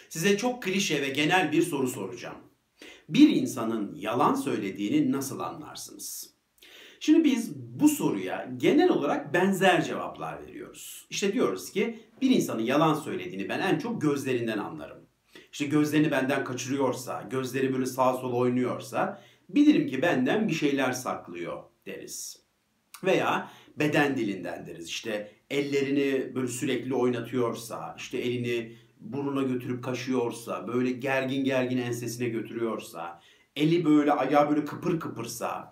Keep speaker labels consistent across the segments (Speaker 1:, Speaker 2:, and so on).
Speaker 1: Size çok klişe ve genel bir soru soracağım. Bir insanın yalan söylediğini nasıl anlarsınız? Şimdi biz bu soruya genel olarak benzer cevaplar veriyoruz. İşte diyoruz ki bir insanın yalan söylediğini ben en çok gözlerinden anlarım. İşte gözlerini benden kaçırıyorsa, gözleri böyle sağa sola oynuyorsa bilirim ki benden bir şeyler saklıyor deriz. Veya beden dilinden deriz. İşte ellerini böyle sürekli oynatıyorsa, işte elini burnuna götürüp kaşıyorsa, böyle gergin gergin ensesine götürüyorsa, eli böyle ayağı böyle kıpır kıpırsa,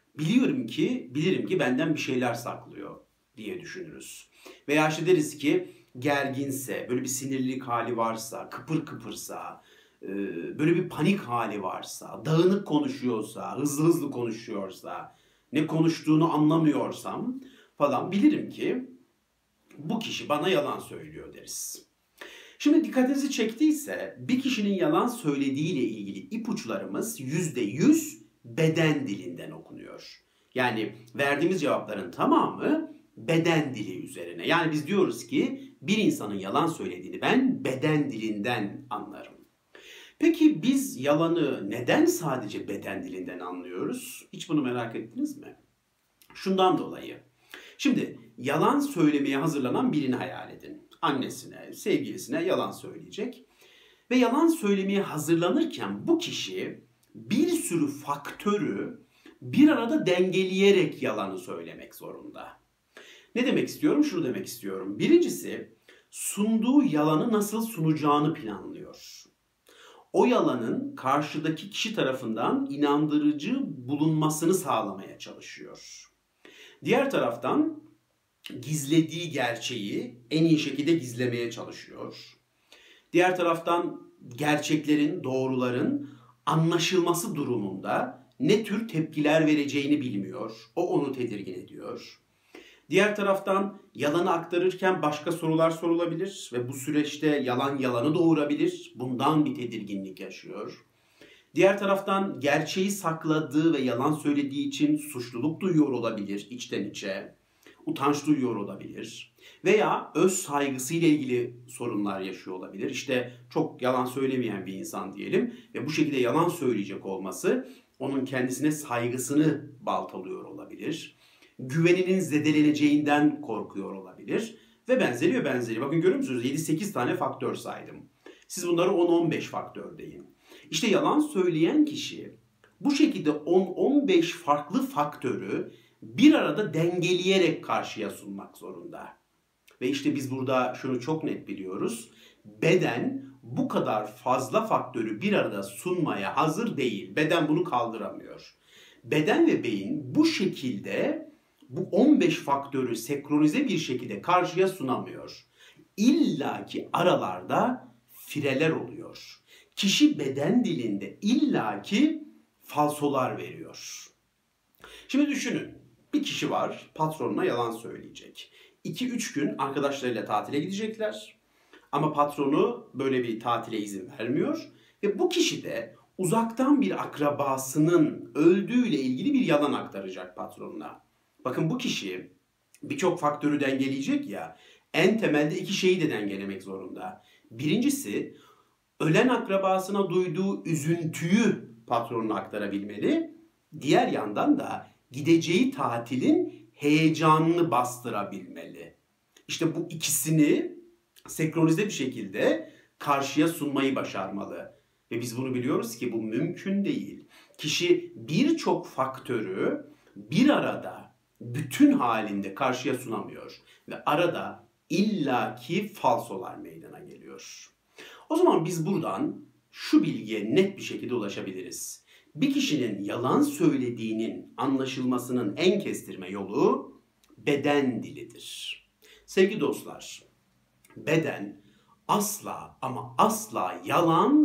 Speaker 1: bilirim ki benden bir şeyler saklıyor diye düşünürüz. Veya işte deriz ki gerginse, böyle bir sinirlilik hali varsa, kıpır kıpırsa, böyle bir panik hali varsa, dağınık konuşuyorsa, hızlı hızlı konuşuyorsa, ne konuştuğunu anlamıyorsam falan bilirim ki bu kişi bana yalan söylüyor deriz. Şimdi dikkatinizi çektiyse bir kişinin yalan söylediğiyle ilgili ipuçlarımız %100 beden dilinden okunuyor. Yani verdiğimiz cevapların tamamı beden dili üzerine. Yani biz diyoruz ki bir insanın yalan söylediğini ben beden dilinden anlarım. Peki biz yalanı neden sadece beden dilinden anlıyoruz? Hiç bunu merak ettiniz mi? Şundan dolayı. Şimdi yalan söylemeye hazırlanan birini hayal edin. Annesine, sevgilisine yalan söyleyecek. Ve yalan söylemeye hazırlanırken bu kişi bir sürü faktörü bir arada dengeleyerek yalanı söylemek zorunda. Ne demek istiyorum? Şunu demek istiyorum. Birincisi, sunduğu yalanı nasıl sunacağını planlıyor. O yalanın karşıdaki kişi tarafından inandırıcı bulunmasını sağlamaya çalışıyor. Diğer taraftan gizlediği gerçeği en iyi şekilde gizlemeye çalışıyor. Diğer taraftan gerçeklerin, doğruların anlaşılması durumunda ne tür tepkiler vereceğini bilmiyor. O onu tedirgin ediyor. Diğer taraftan yalanı aktarırken başka sorular sorulabilir ve bu süreçte yalan yalanı doğurabilir. Bundan bir tedirginlik yaşıyor. Diğer taraftan gerçeği sakladığı ve yalan söylediği için suçluluk duyuyor olabilir içten içe. Utanç duyuyor olabilir. Veya öz saygısıyla ilgili sorunlar yaşıyor olabilir. İşte çok yalan söylemeyen bir insan diyelim ve bu şekilde yalan söyleyecek olması onun kendisine saygısını baltalıyor olabilir. Güveninin zedeleneceğinden korkuyor olabilir ve benzeri. Bakın görüyor musunuz? 7-8 tane faktör saydım. Siz bunları 10-15 faktör deyin. İşte yalan söyleyen kişi bu şekilde 10-15 farklı faktörü bir arada dengeleyerek karşıya sunmak zorunda. Ve işte biz burada şunu çok net biliyoruz. Beden bu kadar fazla faktörü bir arada sunmaya hazır değil. Beden bunu kaldıramıyor. Beden ve beyin bu şekilde bu 15 faktörü senkronize bir şekilde karşıya sunamıyor. İlla ki aralarda fireler oluyor. Kişi beden dilinde illa ki falsolar veriyor. Şimdi düşünün. Bir kişi var, patronuna yalan söyleyecek. 2-3 gün arkadaşlarıyla tatile gidecekler. Ama patronu böyle bir tatile izin vermiyor. Ve bu kişi de uzaktan bir akrabasının öldüğüyle ilgili bir yalan aktaracak patronuna. Bakın bu kişi birçok faktörü dengeleyecek ya, en temelde 2 şeyi de dengelemek zorunda. Birincisi, ölen akrabasına duyduğu üzüntüyü patronuna aktarabilmeli. Diğer yandan da gideceği tatilin heyecanını bastırabilmeli. İşte bu ikisini senkronize bir şekilde karşıya sunmayı başarmalı. Ve biz bunu biliyoruz ki bu mümkün değil. Kişi birçok faktörü bir arada, bütün halinde karşıya sunamıyor. Ve arada illaki falsolar meydana geliyor. O zaman biz buradan şu bilgiye net bir şekilde ulaşabiliriz. Bir kişinin yalan söylediğinin anlaşılmasının en kestirme yolu beden dilidir. Sevgili dostlar, beden asla ama asla yalan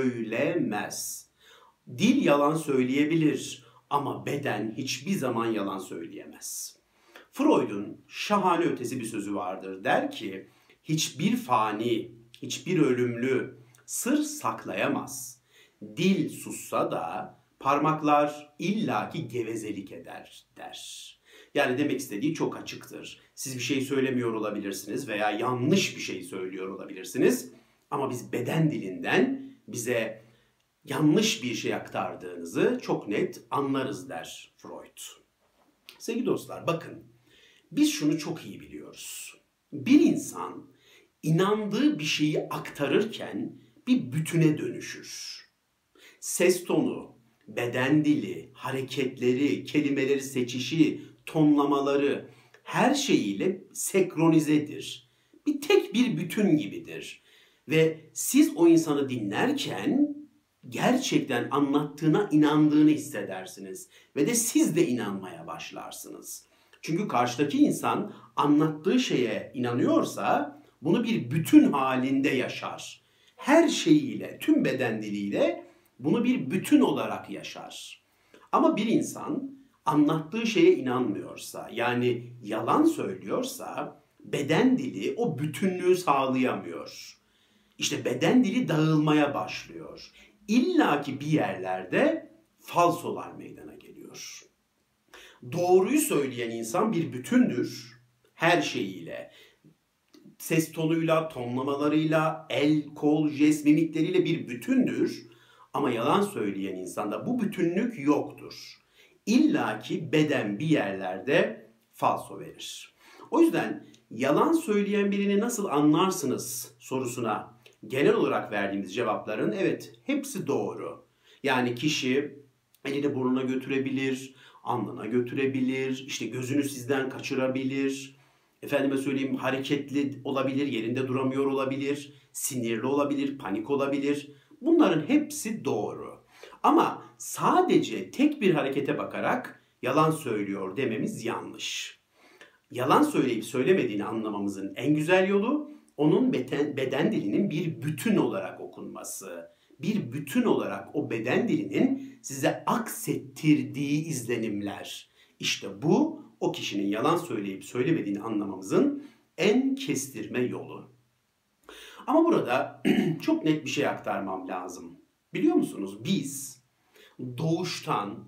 Speaker 1: söylemez. Dil yalan söyleyebilir ama beden hiçbir zaman yalan söyleyemez. Freud'un şahane ötesi bir sözü vardır. Der ki, hiçbir fani, hiçbir ölümlü sır saklayamaz. Dil sussa da parmaklar illaki gevezelik eder der. Yani demek istediği çok açıktır. Siz bir şey söylemiyor olabilirsiniz veya yanlış bir şey söylüyor olabilirsiniz. Ama biz beden dilinden bize yanlış bir şey aktardığınızı çok net anlarız der Freud. Sevgili dostlar bakın, biz şunu çok iyi biliyoruz. Bir insan inandığı bir şeyi aktarırken bir bütüne dönüşür. Ses tonu, beden dili, hareketleri, kelimeleri seçişi, tonlamaları her şeyiyle senkronizedir. Tek bir bütün gibidir. Ve siz o insanı dinlerken gerçekten anlattığına inandığını hissedersiniz. Ve de siz de inanmaya başlarsınız. Çünkü karşıdaki insan anlattığı şeye inanıyorsa bunu bir bütün halinde yaşar. Her şeyiyle, tüm beden diliyle bunu bir bütün olarak yaşar. Ama bir insan anlattığı şeye inanmıyorsa, yani yalan söylüyorsa beden dili o bütünlüğü sağlayamıyor. İşte beden dili dağılmaya başlıyor. İlla ki bir yerlerde falsolar meydana geliyor. Doğruyu söyleyen insan bir bütündür her şeyiyle. Ses tonuyla, tonlamalarıyla, el, kol, jest, mimikleriyle bir bütündür. Ama yalan söyleyen insanda bu bütünlük yoktur. İlla ki beden bir yerlerde falso verir. O yüzden yalan söyleyen birini nasıl anlarsınız sorusuna genel olarak verdiğimiz cevapların evet hepsi doğru. Yani kişi elini burnuna götürebilir, alnına götürebilir, işte gözünü sizden kaçırabilir. Efendime söyleyeyim hareketli olabilir, yerinde duramıyor olabilir, sinirli olabilir, panik olabilir. Bunların hepsi doğru. Ama sadece tek bir harekete bakarak yalan söylüyor dememiz yanlış. Yalan söyleyip söylemediğini anlamamızın en güzel yolu onun beden dilinin bir bütün olarak okunması. Bir bütün olarak o beden dilinin size aksettirdiği izlenimler. İşte bu o kişinin yalan söyleyip söylemediğini anlamamızın en kestirme yolu. Ama burada çok net bir şey aktarmam lazım. Biliyor musunuz biz doğuştan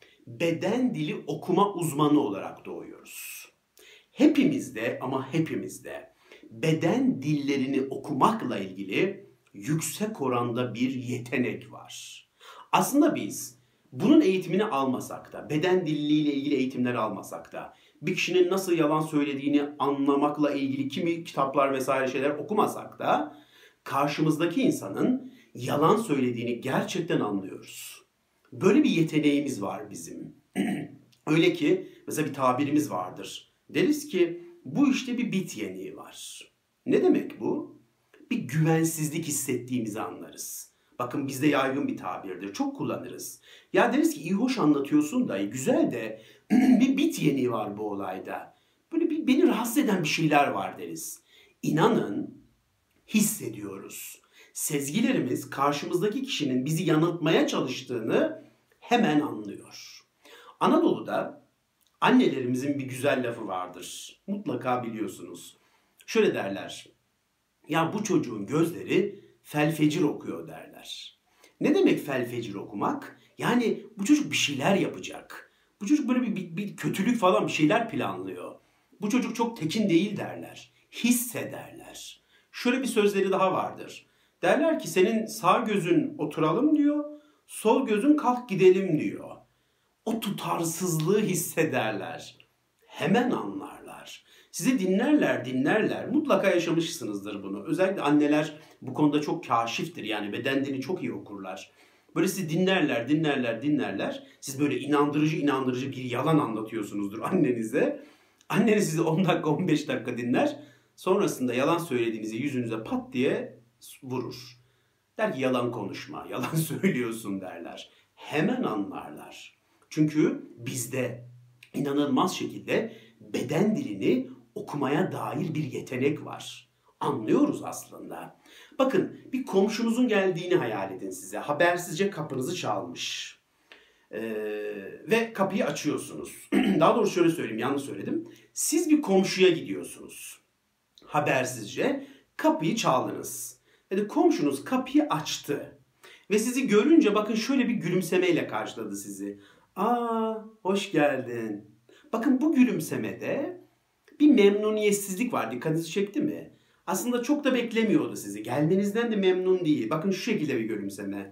Speaker 1: beden dili okuma uzmanı olarak doğuyoruz. Hepimizde ama hepimizde beden dillerini okumakla ilgili yüksek oranda bir yetenek var. Aslında biz bunun eğitimini almasak da, beden diliyle ilgili eğitimler almasak da, bir kişinin nasıl yalan söylediğini anlamakla ilgili kimi kitaplar vesaire şeyler okumasak da, karşımızdaki insanın yalan söylediğini gerçekten anlıyoruz. Böyle bir yeteneğimiz var bizim. Öyle ki mesela bir tabirimiz vardır. Deriz ki bu işte bir bit yeniği var. Ne demek bu? Bir güvensizlik hissettiğimizi anlarız. Bakın bizde yaygın bir tabirdir. Çok kullanırız. Ya deriz ki iyi hoş anlatıyorsun da güzel de bir bit yeniği var bu olayda. Böyle beni rahatsız eden bir şeyler var deriz. İnanın hissediyoruz. Sezgilerimiz karşımızdaki kişinin bizi yanıltmaya çalıştığını hemen anlıyor. Anadolu'da annelerimizin bir güzel lafı vardır. Mutlaka biliyorsunuz. Şöyle derler. Ya bu çocuğun gözleri felfecir okuyor derler. Ne demek felfecir okumak? Yani bu çocuk bir şeyler yapacak. Bu çocuk böyle bir kötülük falan bir şeyler planlıyor. Bu çocuk çok tekin değil derler. Hissederler. Şöyle bir sözleri daha vardır. Derler ki senin sağ gözün oturalım diyor, sol gözün kalk gidelim diyor. O tutarsızlığı hissederler. Hemen anlarlar. Sizi dinlerler. Mutlaka yaşamışsınızdır bunu. Özellikle anneler bu konuda çok kaşiftir. Yani beden dilini çok iyi okurlar. Böyle sizi dinlerler. Siz böyle inandırıcı bir yalan anlatıyorsunuzdur annenize. Anneniz sizi 10 dakika 15 dakika dinler. Sonrasında yalan söylediğinizi yüzünüze pat diye vurur. Der ki yalan konuşma, yalan söylüyorsun derler. Hemen anlarlar. Çünkü bizde inanılmaz şekilde beden dilini okumaya dair bir yetenek var. Anlıyoruz aslında. Bakın bir komşunuzun geldiğini hayal edin size. Habersizce kapınızı çalmış. Ve kapıyı açıyorsunuz. Daha doğrusu şöyle söyleyeyim, yanlış söyledim. Siz bir komşuya gidiyorsunuz. Habersizce kapıyı çaldınız. Ve komşunuz kapıyı açtı. Ve sizi görünce bakın şöyle bir gülümsemeyle karşıladı sizi. Aa, hoş geldin. Bakın bu gülümsemede bir memnuniyetsizlik var. Dikkatinizi çekti mi? Aslında çok da beklemiyordu sizi. Gelmenizden de memnun değil. Bakın şu şekilde bir gülümseme.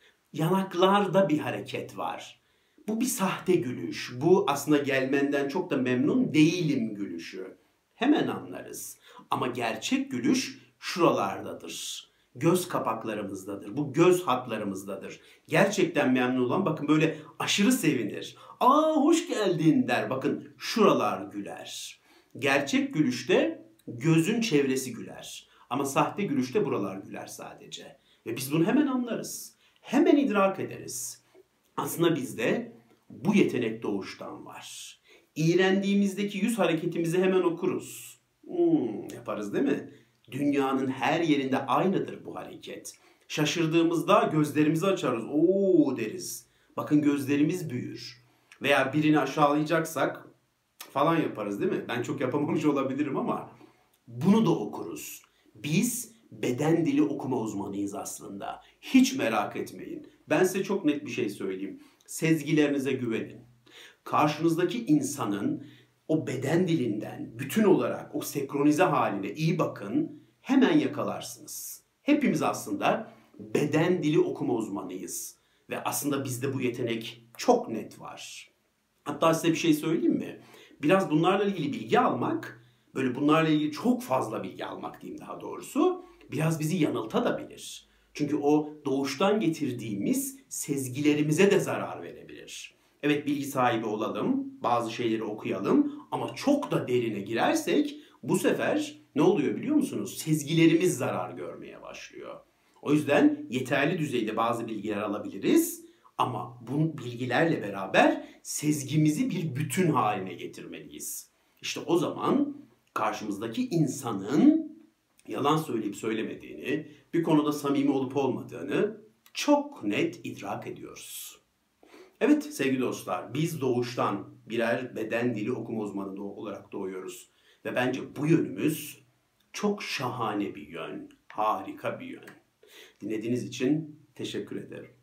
Speaker 1: Yanaklarda bir hareket var. Bu bir sahte gülüş. Bu aslında gelmenden çok da memnun değilim gülüşü. Hemen anlarız. Ama gerçek gülüş şuralardadır. Göz kapaklarımızdadır. Bu göz hatlarımızdadır. Gerçekten memnun olan bakın böyle aşırı sevinir. Aa hoş geldin der. Bakın şuralar güler. Gerçek gülüşte gözün çevresi güler. Ama sahte gülüşte buralar güler sadece. Ve biz bunu hemen anlarız. Hemen idrak ederiz. Aslında bizde bu yetenek doğuştan var. İğrendiğimizdeki yüz hareketimizi hemen okuruz. Yaparız değil mi? Dünyanın her yerinde aynıdır bu hareket. Şaşırdığımızda gözlerimizi açarız. Oo deriz. Bakın gözlerimiz büyür. Veya birini aşağılayacaksak falan yaparız değil mi? Ben çok yapamamış olabilirim ama bunu da okuruz. Biz beden dili okuma uzmanıyız aslında. Hiç merak etmeyin. Ben size çok net bir şey söyleyeyim. Sezgilerinize güvenin. Karşınızdaki insanın o beden dilinden bütün olarak o senkronize haline iyi bakın. Hemen yakalarsınız. Hepimiz aslında beden dili okuma uzmanıyız. Ve aslında bizde bu yetenek çok net var. Hatta size bir şey söyleyeyim mi? Biraz bunlarla ilgili bilgi almak, böyle bunlarla ilgili çok fazla bilgi almak diyeyim daha doğrusu, biraz bizi yanıltabilir. Çünkü o doğuştan getirdiğimiz sezgilerimize de zarar verebilir. Evet bilgi sahibi olalım, bazı şeyleri okuyalım ama çok da derine girersek bu sefer ne oluyor biliyor musunuz? Sezgilerimiz zarar görmeye başlıyor. O yüzden yeterli düzeyde bazı bilgiler alabiliriz ama bu bilgilerle beraber sezgimizi bir bütün haline getirmeliyiz. İşte o zaman karşımızdaki insanın yalan söyleyip söylemediğini, bir konuda samimi olup olmadığını çok net idrak ediyoruz. Evet sevgili dostlar, biz doğuştan birer beden dili okuma uzmanı olarak doğuyoruz. Ve bence bu yönümüz çok şahane bir yön, harika bir yön. Dinlediğiniz için teşekkür ederim.